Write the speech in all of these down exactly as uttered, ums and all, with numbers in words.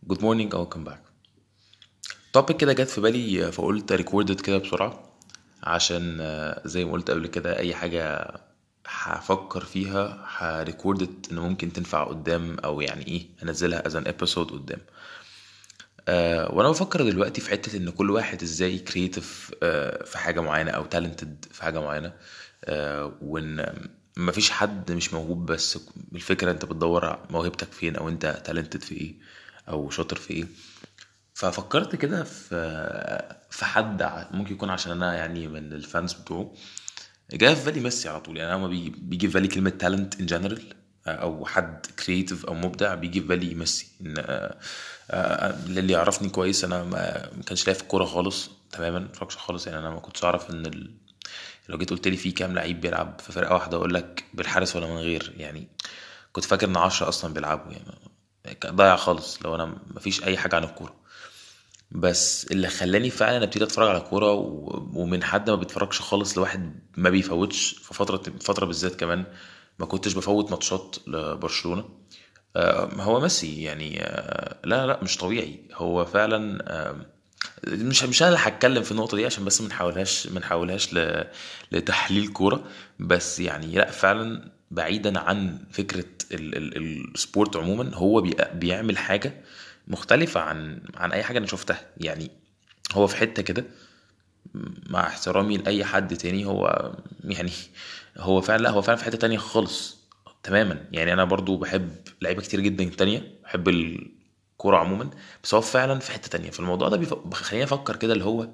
Good morning or welcome back. topic كده جت في بالي فقلت ريكوردد كده بسرعة عشان آه، زي ما قلت قبل كده اي حاجة هفكر فيها هريكوردد ان ممكن تنفع قدام او يعني ايه انزلها as an episode قدام. أه وانا بفكر دلوقتي في حتة ان كل واحد ازاي كرييتيف أه في حاجة معينة او تالنتد في حاجة معينة. أه وان مفيش حد مش موهوب، بس الفكرة انت بتدور موهبتك فين او انت تالنتد في ايه او شاطر في ايه. ففكرت كده في في حد ع- ممكن يكون عشان انا يعني من الفانز بتوعه. جاء في بالي ميسي على طول، يعني انا لما بيجي بيجي في بالي كلمه تالنت ان جنرال او حد كرييتيف او مبدع بيجي في بالي ميسي. ان آه، آه، اللي يعرفني كويس انا ما ما كانش لاقي في الكوره خالص تماما، ما اتفرجش خالص، يعني انا ما كنتش اعرف ان ال... لو جيت قلت لي في كام لعيب بيلعب في فرقه واحده اقول لك بالحارس ولا من غير، يعني كنت فاكر ان عشرة اصلا بيلعبوا، يعني ضايع خالص لو انا ما فيش اي حاجه عن الكوره. بس اللي خلاني فعلا ابتدي اتفرج على كوره و- ومن حد ما بيتفرجش خالص لواحد ما بيفوتش في فتره فتره بالذات كمان ما كنتش بفوت ماتشات لبرشلونه. آه، هو ميسي يعني. آه، لا لا مش طبيعي هو فعلا. آه، مش مش انا اللي هتكلم في النقطه دي عشان بس ما نحاولهاش ما نحاولهاش ل- لتحليل كوره. بس يعني لا فعلا بعيدا عن فكره ال ال السبورت عموما هو بي بيعمل حاجه مختلفه عن عن اي حاجه انا شفتها يعني. هو في حته كده، مع احترامي لاي حد تاني، هو يعني هو فعلا لا هو فعلا في حته تانية خالص تماما. يعني انا برضو بحب لعيبه كتير جدا تانية، بحب الكوره عموما، بس هو فعلا في حته تانية في الموضوع ده. بيف- خليني افكر كده اللي هو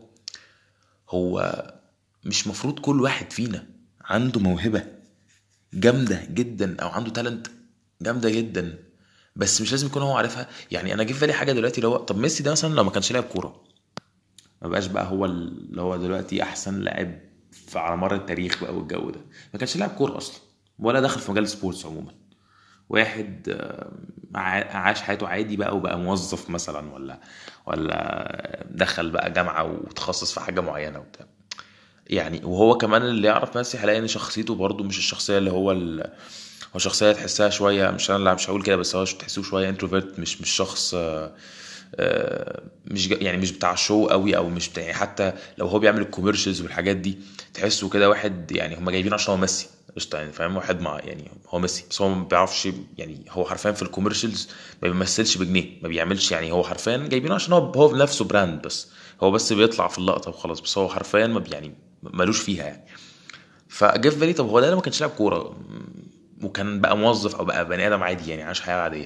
هو مش مفروض كل واحد فينا عنده موهبه جامده جدا او عنده تالنت جامده جدا، بس مش لازم يكون هو عارفها. يعني انا جه في بالي حاجه دلوقتي اللي هو طب ميسي ده مثلا لو ما كانش لاعب كوره ما بقاش بقى هو اللي هو دلوقتي احسن لاعب في على مر التاريخ بقى والجو ده، ما كانش لاعب كوره اصلا ولا دخل في مجال السبورتس عموما. واحد آه، ع- عاش حياته عادي بقى وبقى موظف مثلا، ولا ولا دخل بقى جامعة وتخصص في حاجة معينة وبتاع. يعني وهو كمان اللي يعرف ميسي هيلاقي ان شخصيته برضو مش الشخصية اللي هو ال... هو شخصية تحسها شوية، مش انا اللي مش هقول كده، بس هو تحسه شوية انتروفيرت، مش مش شخص آه، آه، مش جا- يعني مش بتاع شو قوي او مش بتاع، يعني حتى لو هو بيعمل الكوميرشلز والحاجات دي تحسه كده واحد يعني هم جايبينه عشان هو ميسي قشطه، يعني فاهم، واحد مع يعني هو ميسي بس هو ما بيعرفش، يعني هو حرفيا في الكوميرشلز ما بيمثلش بجنيه، ما بيعملش، يعني هو حرفيا جايبينه عشان هو هو نفسه براند، بس هو بس بيطلع في اللقطه وخلاص، بس هو حرفيا ما بي- يعني ملوش فيها يعني. فجه في بالي طب هو ده لما كانش لاعب كوره وكان بقى موظف او بقى بني ادم عادي يعني عاش حياه عاديه،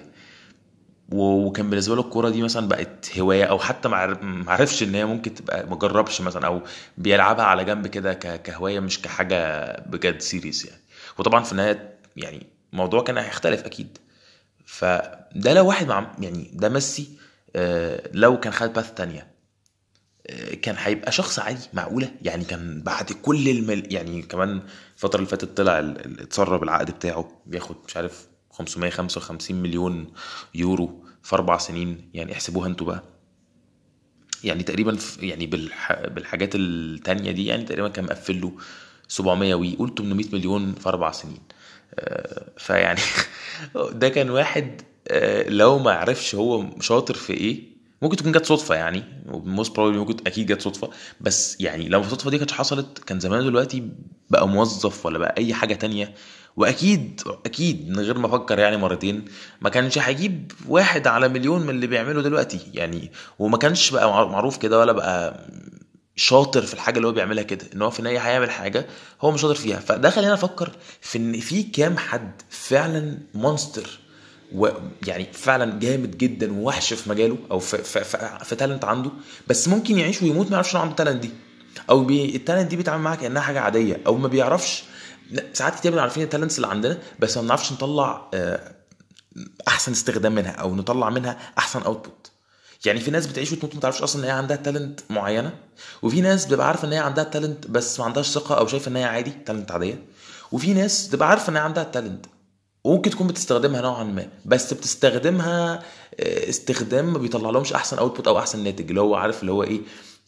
و- وكان بالنسبه له الكوره دي مثلا بقت هوايه، او حتى ما عر- ما عرفش ان هي ممكن تبقى ما جربش مثلا، او بيلعبها على جنب كده ك- كهوايه مش كحاجه بجد سيريس يعني. وطبعا في النهايه يعني الموضوع كان هيختلف اكيد. فده لو واحد مع يعني ده ميسي، آه، لو كان خد باث تانية آه، كان هيبقى شخص عادي معقولة، يعني كان بعد كل المل... يعني كمان الفترة اللي فاتت طلع ال- ال- اتسرب العقد بتاعه بياخد مش عارف خمسمية وخمسة وخمسين مليون يورو في أربع سنين، يعني احسبوها انتوا بقى. يعني تقريبا في يعني بالح... بالحاجات التانية دي يعني تقريبا كان مقفل له سبعمية وي قول تمنمية مليون في أربع سنين. آه، فيعني ده كان واحد آه، لو ما عرفش هو شاطر في ايه ممكن تكون جت صدفه، يعني موست بروبلي ممكن اكيد جت صدفه، بس يعني لو الصدفه دي كانت حصلت كان زمان دلوقتي بقى موظف ولا بقى اي حاجه تانية. واكيد اكيد من غير ما افكر يعني مرتين ما كانش هيجيب واحد على مليون من اللي بيعمله دلوقتي يعني. وما كانش بقى مع- معروف كده ولا بقى شاطر في الحاجه اللي هو بيعملها كده، ان هو في النهايه هيعمل حاجه هو مش شاطر فيها. فده خلينا افكر في ان في كام حد فعلا مونستر ويعني فعلا جامد جدا ووحش في مجاله او في في, في, في تالنت عنده، بس ممكن يعيش ويموت ما يعرفش انه عنده تالنت دي، او بي التالنت دي بيتعامل معاها كانها حاجه عاديه، او ما بيعرفش. لا، ساعات كتير بنبقى عارفين التالنتس اللي عندنا بس ما بنعرفش نطلع آه، احسن استخدام منها او نطلع منها احسن اوتبوت. يعني في ناس بتعيش وتموت ما تعرفش اصلا ان هي عندها تالنت معينه، وفي ناس بتبقى عارفه ان هي عندها تالنت بس ما عندهاش ثقه او شايفه ان هي عادي تالنت عاديه، وفي ناس تبقى عارفه ان هي عندها تالنت وممكن تكون بتستخدمها نوعا ما بس بتستخدمها آه، استخدام ما بيطلع لهمش احسن اوتبوت او احسن ناتج، اللي هو عارف اللي هو ايه،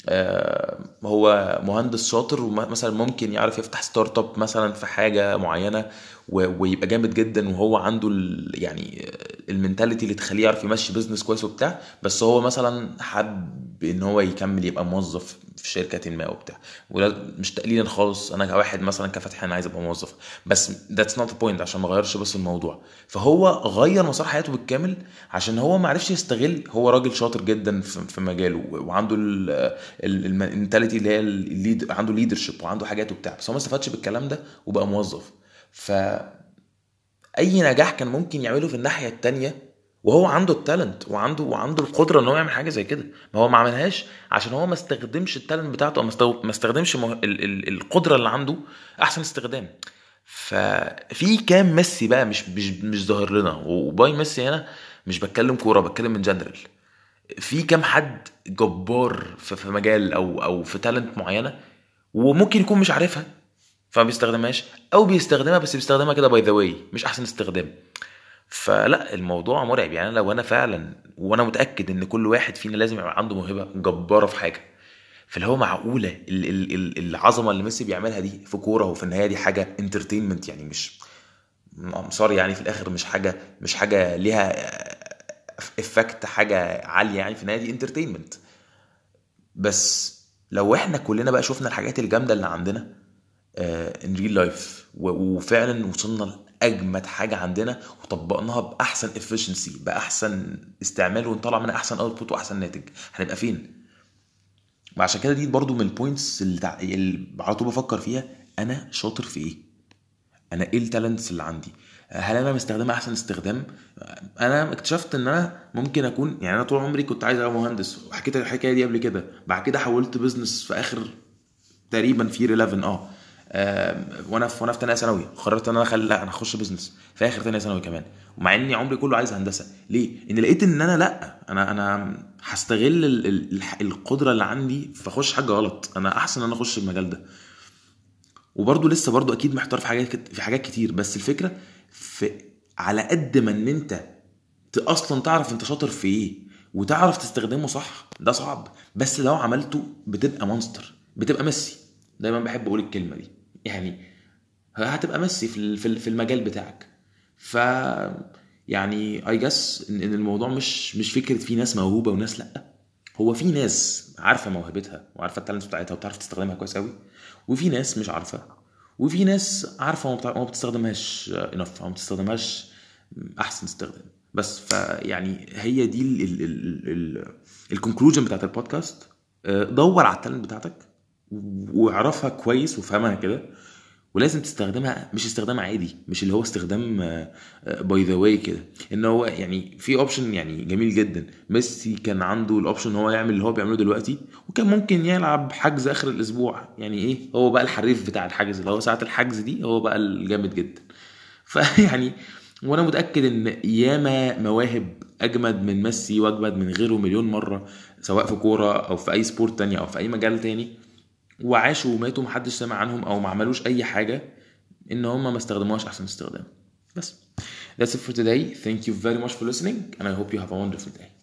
آه، هو مهندس شاطر ومثلا ممكن يعرف يفتح ستارت اب مثلا في حاجه معينه و- ويبقى جامد جدا، وهو عنده ال يعني المينتاليتي اللي تخليه يعرف يمشي بيزنس كويس وبتاع، بس هو مثلا حب ان هو يكمل يبقى موظف في شركه ما وبتاع. ولا مش تقليلا خالص، انا كواحد مثلا كفتحي انا عايز ابقى موظف، بس that's not the point، عشان ما غيرش بس الموضوع. فهو غير مسار حياته بالكامل عشان هو ما عرفش يستغل. هو راجل شاطر جدا في في مجاله، وعنده المنتاليتي اللي هي الليد، عنده ليدرشيب وعنده حاجات وبتاع، بس هو ما استفادش بالكلام ده وبقى موظف. فاي نجاح كان ممكن يعمله في الناحيه التانية، وهو عنده التالنت وعنده وعنده القدره ان هو يعمل حاجه زي كده، ما هو ما عملهاش عشان هو ما استخدمش التالنت بتاعته، او ما استو- ما استخدمش مه... ال... ال... القدره اللي عنده احسن استخدام. ففي كام ميسي بقى مش مش مش ظاهر لنا، وباي ميسي هنا مش بتكلم كوره، بتكلم من جنرال. في كام حد جبار في في مجال او او في تالنت معينه، وممكن يكون مش عارفها فما بيستخدمهاش، او بيستخدمها بس بيستخدمها كده باي ذا واي، مش احسن استخدام. فلا الموضوع مرعب يعني. أنا لو انا فعلا، وانا متاكد ان كل واحد فينا لازم يبقى عنده موهبه جباره في حاجه، فاللي هو معقوله ال- ال- ال- العظمه اللي ميسي بيعملها دي في كوره، وفي النهايه دي حاجه انترتينمنت يعني، مش سوري يعني في الاخر مش حاجه مش حاجه ليها افكت حاجه عاليه يعني، في النهايه دي انترتينمنت. بس لو احنا كلنا بقى شفنا الحاجات الجامده اللي عندنا ان ريل لايف، وفعلا وصلنا لاجمد حاجه عندنا وطبقناها باحسن افشنسي، باحسن استعمال، ونطلع منها احسن اوتبوت واحسن ناتج، هنبقى فين؟ وعشان كده دي برضو من البوينتس اللي, تع... اللي على طول بفكر فيها، انا شاطر في ايه؟ انا ايه التالنتس اللي عندي؟ هل انا مستخدمها احسن استخدام؟ انا اكتشفت ان انا ممكن اكون يعني، انا طول عمري كنت عايز ابقى مهندس، وحكيت الحكايه دي قبل كده. بعد كده حولت بزنس في اخر تقريبا في احداشر اه آم، وانا في وانا في ثانيه ثانوي قررت ان انا اخلي لا انا اخش بزنس في اخر ثانيه ثانوي كمان، ومع اني عمري كله عايز هندسه. ليه؟ ان لقيت ان انا لا انا انا هستغل ال- ال- القدره اللي عندي فاخش حاجه غلط. انا احسن ان انا اخش المجال ده. وبرضه لسه برضه اكيد محتار في حاجات كت- في حاجات كتير، بس الفكره في على قد ما ان انت ت- اصلا تعرف انت شاطر في ايه وتعرف تستخدمه صح، ده صعب، بس لو عملته بتبقى مونستر، بتبقى ميسي. دايما بحب اقول الكلمه دي يعني، هتبقى ميسي في ال- في ال- في المجال بتاعك. ف يعني اي جس ان إن الموضوع مش مش فكره في ناس موهوبه وناس لا. هو في ناس عارفه موهبتها وعارفه التالنت بتاعتها وبتعرف تستخدمها كويس قوي، وفي ناس مش عارفه، وفي ناس عارفه وما بتع- وما بتستخدمهاش انف، او ما بتستخدمهاش احسن استخدام. بس فيعني هي دي الكونكلوجن بتاعت البودكاست. آه، دور على التالنت بتاعتك واعرفها كويس وفهمها كده، ولازم تستخدمها مش استخدام عادي، مش اللي هو استخدام باي ذا واي كده. ان هو يعني في اوبشن يعني جميل جدا، ميسي كان عنده الاوبشن ان هو يعمل اللي هو بيعمله دلوقتي، وكان ممكن يلعب حجز اخر الاسبوع يعني ايه، هو بقى الحريف بتاع الحجز، اللي هو ساعه الحجز دي هو بقى الجامد جدا. فيعني وانا متاكد ان ياما مواهب اجمد من ميسي واجمد من غيره مليون مره، سواء في كوره او في اي سبورت تانية او في اي مجال تاني، وعاشوا وماتوا محدش سمع عنهم او ما عملوش اي حاجه، ان هم ما استخدموهاش احسن استخدام. بس that's it for today. Thank you very much for listening and I hope you have a wonderful day.